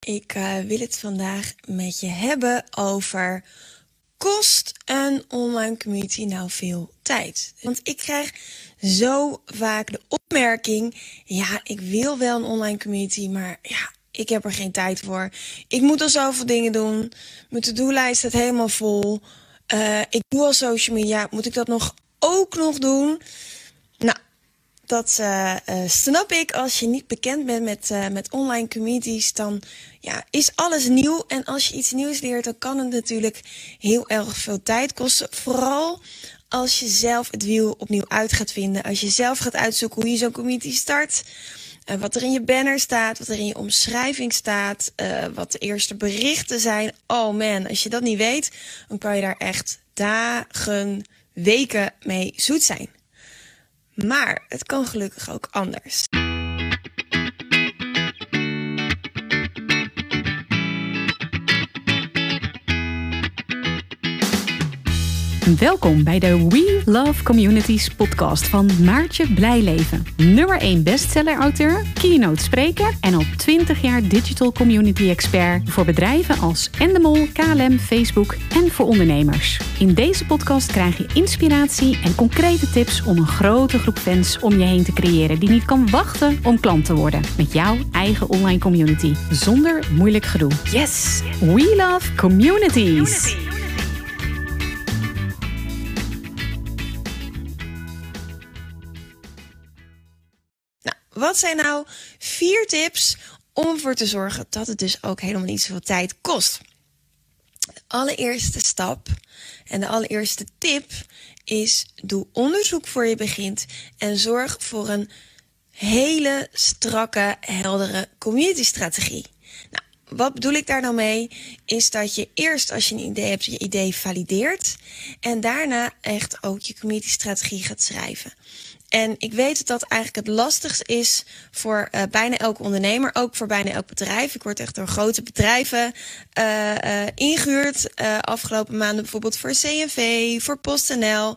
Ik wil het vandaag met je hebben over: kost een online community nou veel tijd? Want ik krijg zo vaak de opmerking: ja, ik wil wel een online community, maar ja, ik heb er geen tijd voor. Ik moet al zoveel dingen doen. Mijn to-do-lijst staat helemaal vol. Ik doe al social media. Moet ik dat ook nog doen? Nou, dat snap ik. Als je niet bekend bent met online communities, dan is alles nieuw. En als je iets nieuws leert, dan kan het natuurlijk heel erg veel tijd kosten. Vooral als je zelf het wiel opnieuw uit gaat vinden. Als je zelf gaat uitzoeken hoe je zo'n community start. Wat er in je banner staat, wat er in je omschrijving staat, wat de eerste berichten zijn. Oh man, als je dat niet weet, dan kan je daar echt dagen, weken mee zoet zijn. Maar het kan gelukkig ook anders. Welkom bij de We Love Communities podcast van Maartje Blijleven. Nummer 1 bestseller-auteur, keynote spreker en al 20 jaar digital community expert voor bedrijven als Endemol, KLM, Facebook en voor ondernemers. In deze podcast krijg je inspiratie en concrete tips om een grote groep fans om je heen te creëren die niet kan wachten om klant te worden met jouw eigen online community. Zonder moeilijk gedoe. Yes! We Love Communities! Wat zijn nou 4 tips om ervoor te zorgen dat het dus ook helemaal niet zoveel tijd kost? De allereerste stap en de allereerste tip is: doe onderzoek voor je begint en zorg voor een hele strakke, heldere community-strategie. Nou, wat bedoel ik daar nou mee? Is dat je eerst, als je een idee hebt, je idee valideert en daarna echt ook je community-strategie gaat schrijven. En ik weet dat dat eigenlijk het lastigst is voor bijna elke ondernemer, ook voor bijna elk bedrijf. Ik word echt door grote bedrijven ingehuurd. Afgelopen maanden bijvoorbeeld voor CNV, voor PostNL,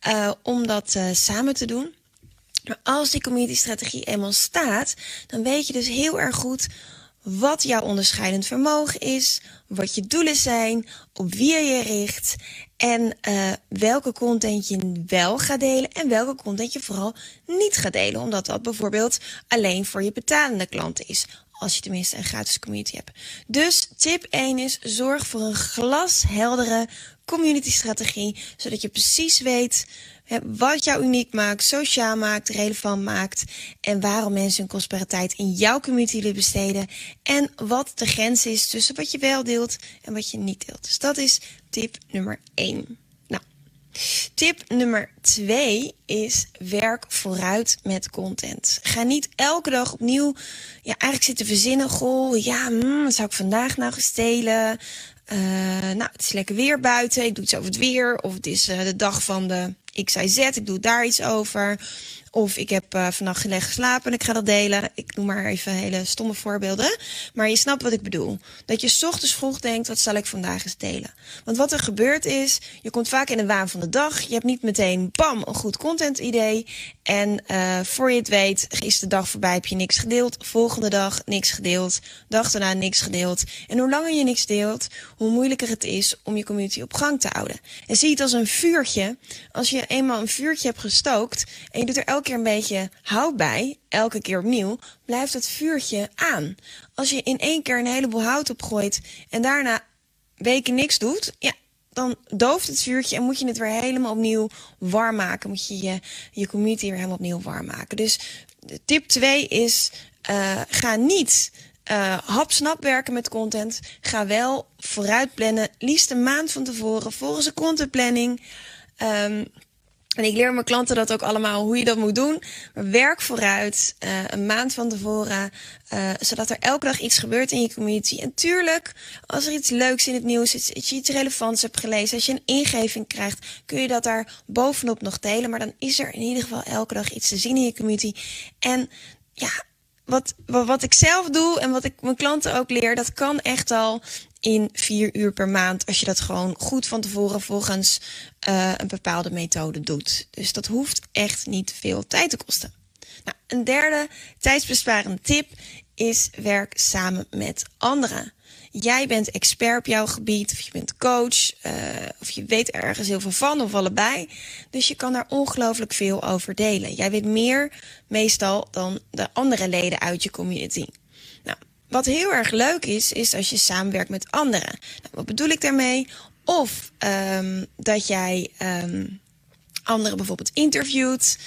om dat samen te doen. Maar als die community-strategie eenmaal staat, dan weet je dus heel erg goed wat jouw onderscheidend vermogen is, wat je doelen zijn, op wie je je richt en welke content je wel gaat delen en welke content je vooral niet gaat delen. Omdat dat bijvoorbeeld alleen voor je betalende klanten is. Als je tenminste een gratis community hebt. Dus tip 1 is: zorg voor een glasheldere community-strategie, zodat je precies weet wat jou uniek maakt, sociaal maakt, relevant maakt en waarom mensen hun kostbare tijd in jouw community willen besteden en wat de grens is tussen wat je wel deelt en wat je niet deelt. Dus dat is tip nummer 1. Nou, tip nummer 2 is: werk vooruit met content. Ga niet elke dag opnieuw eigenlijk zitten verzinnen. Goh, wat zou ik vandaag nou eens delen? Het is lekker weer buiten, ik doe iets over het weer. Of het is de dag van de XYZ, ik doe daar iets over. Of ik heb vannacht slecht geslapen en ik ga dat delen. Ik noem maar even hele stomme voorbeelden. Maar je snapt wat ik bedoel. Dat je 's ochtends vroeg denkt: wat zal ik vandaag eens delen? Want wat er gebeurt is, je komt vaak in de waan van de dag. Je hebt niet meteen, bam, een goed content idee. En voor je het weet, is de dag voorbij, heb je niks gedeeld. Volgende dag niks gedeeld. Dag daarna niks gedeeld. En hoe langer je niks deelt, hoe moeilijker het is om je community op gang te houden. En zie het als een vuurtje. Als je eenmaal een vuurtje hebt gestookt en je doet er elke keer een beetje hout bij, elke keer opnieuw, blijft het vuurtje aan. Als je in 1 keer een heleboel hout opgooit en daarna weken niks doet, dan dooft het vuurtje en moet je het weer helemaal opnieuw warm maken. Moet je je community weer helemaal opnieuw warm maken. Dus tip 2 is: ga niet hapsnap werken met content. Ga wel vooruit plannen, liefst een maand van tevoren, volgens een contentplanning. En ik leer mijn klanten dat ook allemaal, hoe je dat moet doen. Maar werk vooruit, een maand van tevoren, zodat er elke dag iets gebeurt in je community. En tuurlijk, als er iets leuks in het nieuws is, als je iets relevants hebt gelezen, als je een ingeving krijgt, kun je dat daar bovenop nog delen. Maar dan is er in ieder geval elke dag iets te zien in je community. En wat ik zelf doe en wat ik mijn klanten ook leer, dat kan echt al in 4 uur per maand, als je dat gewoon goed van tevoren volgens een bepaalde methode doet. Dus dat hoeft echt niet veel tijd te kosten. Nou, een derde tijdsbesparende tip is werk samen met anderen. Jij bent expert op jouw gebied, of je bent coach, of je weet ergens heel veel van, of allebei. Dus je kan daar ongelooflijk veel over delen. Jij weet meer meestal dan de andere leden uit je community. Nou, wat heel erg leuk is als je samenwerkt met anderen. Nou, wat bedoel ik daarmee? Of dat jij anderen bijvoorbeeld interviewt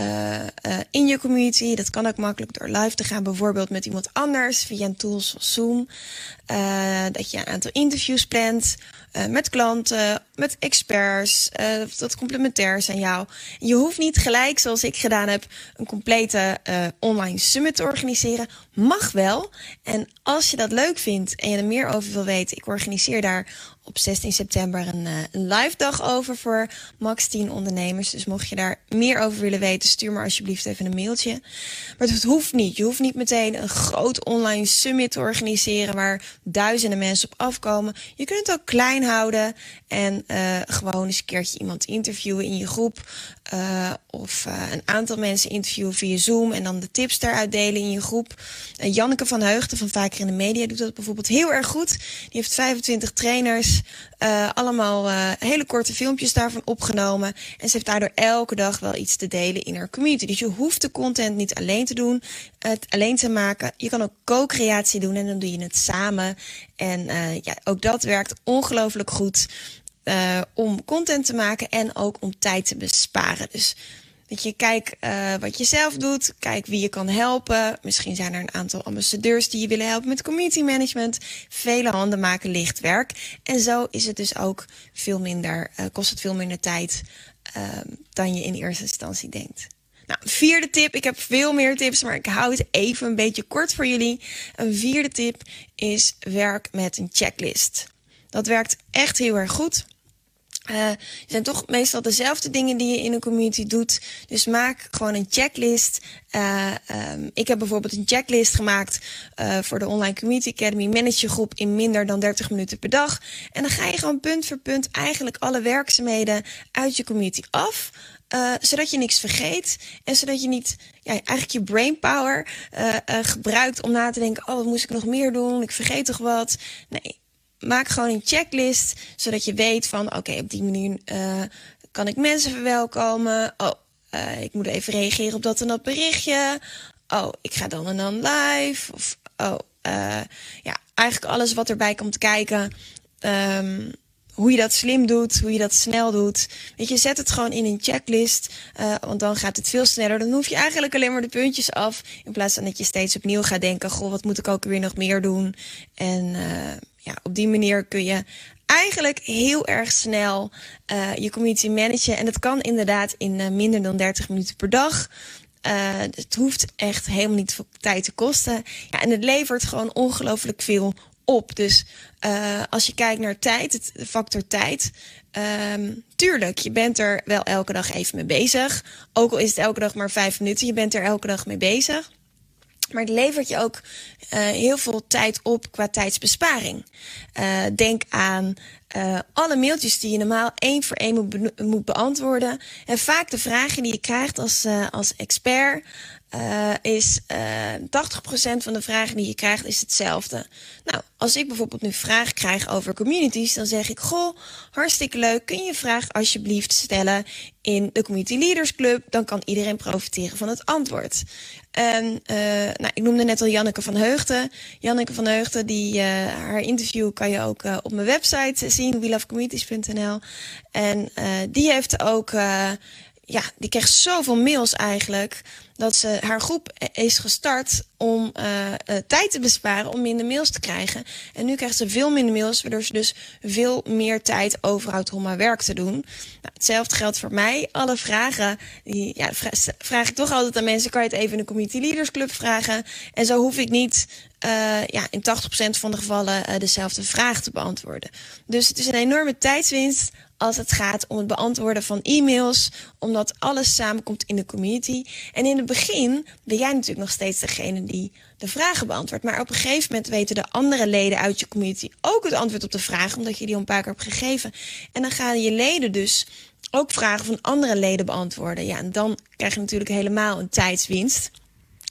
in je community. Dat kan ook makkelijk door live te gaan, bijvoorbeeld met iemand anders via een tool zoals Zoom. Dat je een aantal interviews plant met klanten, met experts, dat complementair is aan jou. Je hoeft niet gelijk, zoals ik gedaan heb, een complete online summit te organiseren. Mag wel. En als je dat leuk vindt en je er meer over wil weten, ik organiseer daar op 16 september een live dag over voor max 10 ondernemers. Dus mocht je daar meer over willen weten, stuur maar alsjeblieft even een mailtje. Maar het hoeft niet. Je hoeft niet meteen een groot online summit te organiseren waar duizenden mensen op afkomen. Je kunt het ook klein houden en gewoon eens een keertje iemand interviewen in je groep. Of een aantal mensen interviewen via Zoom en dan de tips daaruit delen in je groep. Janneke van Heugden van Vaker in de Media doet dat bijvoorbeeld heel erg goed. Die heeft 25 trainers, allemaal hele korte filmpjes daarvan opgenomen. En ze heeft daardoor elke dag wel iets te delen in haar community. Dus je hoeft de content niet alleen te doen, het alleen te maken. Je kan ook co-creatie doen en dan doe je het samen. En ook dat werkt ongelooflijk goed. Om content te maken en ook om tijd te besparen. Dus dat je kijk wat je zelf doet, kijk wie je kan helpen. Misschien zijn er een aantal ambassadeurs die je willen helpen met community management. Vele handen maken licht werk. En zo is het dus ook veel minder, kost het veel minder tijd dan je in eerste instantie denkt. Nou, vierde tip. Ik heb veel meer tips, maar ik hou het even een beetje kort voor jullie. Een vierde tip is werk met een checklist. Dat werkt echt heel erg goed. Het zijn toch meestal dezelfde dingen die je in een community doet. Dus maak gewoon een checklist. Ik heb bijvoorbeeld een checklist gemaakt voor de Online Community Academy. Manage je groep in minder dan 30 minuten per dag. En dan ga je gewoon punt voor punt eigenlijk alle werkzaamheden uit je community af. Zodat je niks vergeet. En zodat je niet eigenlijk je brainpower gebruikt om na te denken. Oh, wat moest ik nog meer doen? Ik vergeet toch wat? Nee. Maak gewoon een checklist, zodat je weet van oké, op die manier kan ik mensen verwelkomen. Ik moet even reageren op dat en dat berichtje. Ik ga dan en dan live. Of eigenlijk alles wat erbij komt kijken. Hoe je dat slim doet, hoe je dat snel doet. Weet je, zet het gewoon in een checklist. Want dan gaat het veel sneller. Dan hoef je eigenlijk alleen maar de puntjes af. In plaats van dat je steeds opnieuw gaat denken. Goh, wat moet ik ook weer nog meer doen? En op die manier kun je eigenlijk heel erg snel je community managen. En dat kan inderdaad in minder dan 30 minuten per dag. Het hoeft echt helemaal niet veel tijd te kosten. Ja, en het levert gewoon ongelooflijk veel op. Dus als je kijkt naar tijd, de factor tijd. Tuurlijk, je bent er wel elke dag even mee bezig. Ook al is het elke dag maar 5 minuten. Je bent er elke dag mee bezig. Maar het levert je ook heel veel tijd op qua tijdsbesparing. Denk aan alle mailtjes die je normaal 1 voor 1 moet beantwoorden. En vaak de vragen die je krijgt als expert is 80% van de vragen die je krijgt is hetzelfde. Nou, als ik bijvoorbeeld nu vragen krijg over communities, dan zeg ik, goh, hartstikke leuk, kun je je vraag alsjeblieft stellen in de Community Leaders Club, dan kan iedereen profiteren van het antwoord. En ik noemde net al Janneke van Heugden. Janneke van Heugden, haar interview kan je ook op mijn website zien, welovecommunities.nl. En die heeft ook, die kreeg zoveel mails eigenlijk, dat ze haar groep is gestart om tijd te besparen, om minder mails te krijgen. En nu krijgt ze veel minder mails, waardoor ze dus veel meer tijd overhoudt om haar werk te doen. Nou, hetzelfde geldt voor mij. Alle vragen, vraag ik toch altijd aan mensen, kan je het even in de Community Leaders Club vragen? En zo hoef ik niet in 80% van de gevallen dezelfde vraag te beantwoorden. Dus het is een enorme tijdswinst als het gaat om het beantwoorden van e-mails, omdat alles samenkomt in de community. En in het begin ben jij natuurlijk nog steeds degene die de vragen beantwoordt. Maar op een gegeven moment weten de andere leden uit je community ook het antwoord op de vraag, omdat je die al een paar keer hebt gegeven. En dan gaan je leden dus ook vragen van andere leden beantwoorden. Ja, en dan krijg je natuurlijk helemaal een tijdswinst.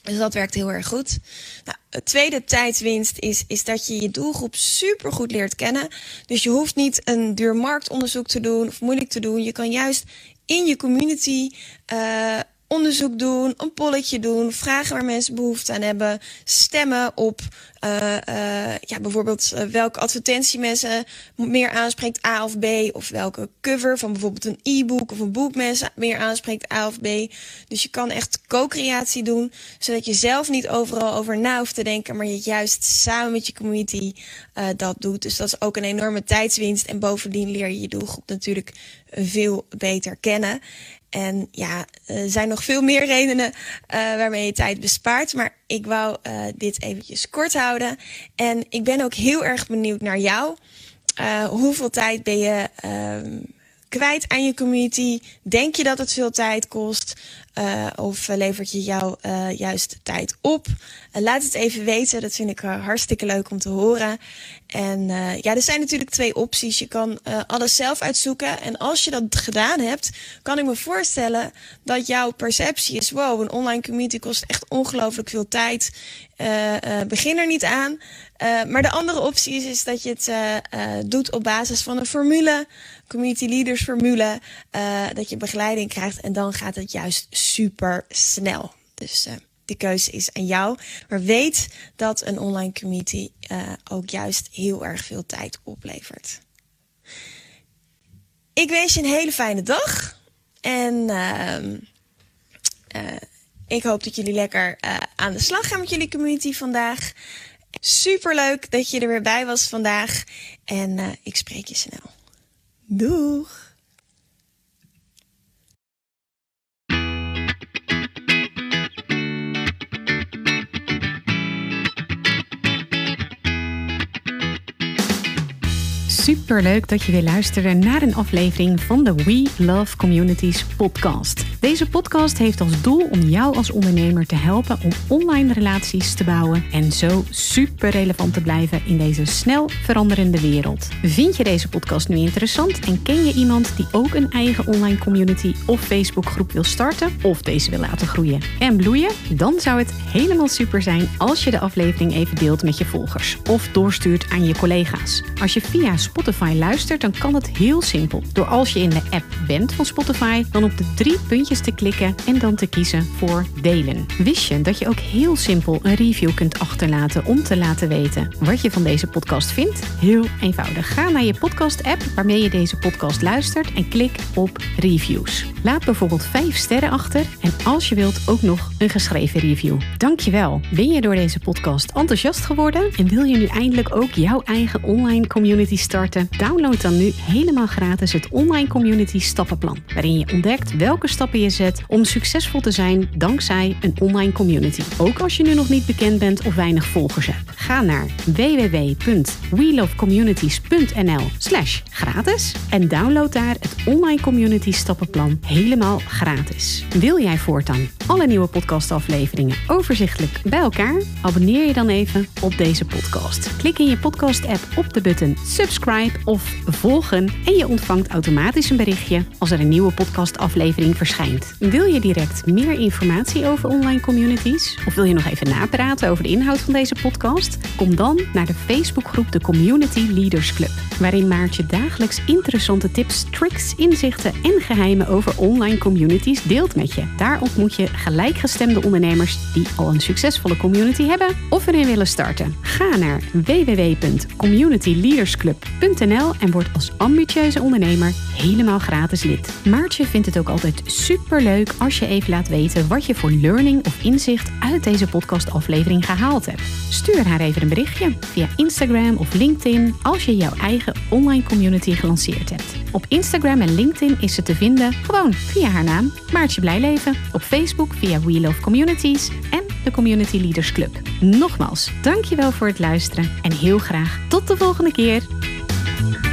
Dus dat werkt heel erg goed. Nou, het tweede tijdswinst is dat je je doelgroep supergoed leert kennen. Dus je hoeft niet een duur marktonderzoek te doen of moeilijk te doen. Je kan juist in je community onderzoek doen, een polletje doen, vragen waar mensen behoefte aan hebben, stemmen op bijvoorbeeld welke advertentie mensen meer aanspreekt, A of B, of welke cover van bijvoorbeeld een e-book of een boek mensen meer aanspreekt, A of B. Dus je kan echt co-creatie doen, zodat je zelf niet overal over na hoeft te denken, maar je juist samen met je community dat doet. Dus dat is ook een enorme tijdswinst en bovendien leer je je doelgroep natuurlijk veel beter kennen. En er zijn nog veel meer redenen waarmee je tijd bespaart. Maar ik wou dit eventjes kort houden. En ik ben ook heel erg benieuwd naar jou. Hoeveel tijd ben je kwijt aan je community? Denk je dat het veel tijd kost? Of levert je jou juist tijd op? Laat het even weten. Dat vind ik hartstikke leuk om te horen. En er zijn natuurlijk 2 opties. Je kan alles zelf uitzoeken. En als je dat gedaan hebt, kan ik me voorstellen dat jouw perceptie is: wow, een online community kost echt ongelooflijk veel tijd. Begin er niet aan. Maar de andere optie is dat je het doet op basis van een formule. Community Leaders formule. Dat je begeleiding krijgt en dan gaat het juist super snel. Dus de keuze is aan jou. Maar weet dat een online community ook juist heel erg veel tijd oplevert. Ik wens je een hele fijne dag. En ik hoop dat jullie lekker aan de slag gaan met jullie community vandaag. Super leuk dat je er weer bij was vandaag. En ik spreek je snel. Doeg! Superleuk dat je weer luisterde naar een aflevering van de We Love Communities podcast. Deze podcast heeft als doel om jou als ondernemer te helpen om online relaties te bouwen en zo super relevant te blijven in deze snel veranderende wereld. Vind je deze podcast nu interessant en ken je iemand die ook een eigen online community of Facebookgroep wil starten of deze wil laten groeien en bloeien? Dan zou het helemaal super zijn als je de aflevering even deelt met je volgers of doorstuurt aan je collega's. Als je via Spotify luistert, dan kan het heel simpel. Door als je in de app bent van Spotify, dan op de 3 puntjes te klikken en dan te kiezen voor delen. Wist je dat je ook heel simpel een review kunt achterlaten om te laten weten wat je van deze podcast vindt? Heel eenvoudig. Ga naar je podcast-app waarmee je deze podcast luistert en klik op reviews. Laat bijvoorbeeld 5 sterren achter en als je wilt ook nog een geschreven review. Dankjewel. Ben je door deze podcast enthousiast geworden en wil je nu eindelijk ook jouw eigen online community starten? Download dan nu helemaal gratis het Online Community Stappenplan, waarin je ontdekt welke stappen je zet om succesvol te zijn dankzij een online community. Ook als je nu nog niet bekend bent of weinig volgers hebt. Ga naar www.welovecommunities.nl/gratis en download daar het Online Community Stappenplan helemaal gratis. Wil jij voortaan alle nieuwe podcastafleveringen overzichtelijk bij elkaar? Abonneer je dan even op deze podcast. Klik in je podcast-app op de button subscribe of volgen en je ontvangt automatisch een berichtje als er een nieuwe podcastaflevering verschijnt. Wil je direct meer informatie over online communities? Of wil je nog even napraten over de inhoud van deze podcast? Kom dan naar de Facebookgroep de Community Leaders Club, waarin Maartje dagelijks interessante tips, tricks, inzichten en geheimen over online communities deelt met je. Daar ontmoet je gelijkgestemde ondernemers die al een succesvolle community hebben of erin willen starten. Ga naar www.communityleadersclub.nl en word als ambitieuze ondernemer helemaal gratis lid. Maartje vindt het ook altijd superleuk als je even laat weten wat je voor learning of inzicht uit deze podcastaflevering gehaald hebt. Stuur haar even een berichtje via Instagram of LinkedIn als je jouw eigen online community gelanceerd hebt. Op Instagram en LinkedIn is ze te vinden gewoon via haar naam, Maartje Blijleven. Op Facebook via We Love Communities en de Community Leaders Club. Nogmaals, dankjewel voor het luisteren en heel graag tot de volgende keer.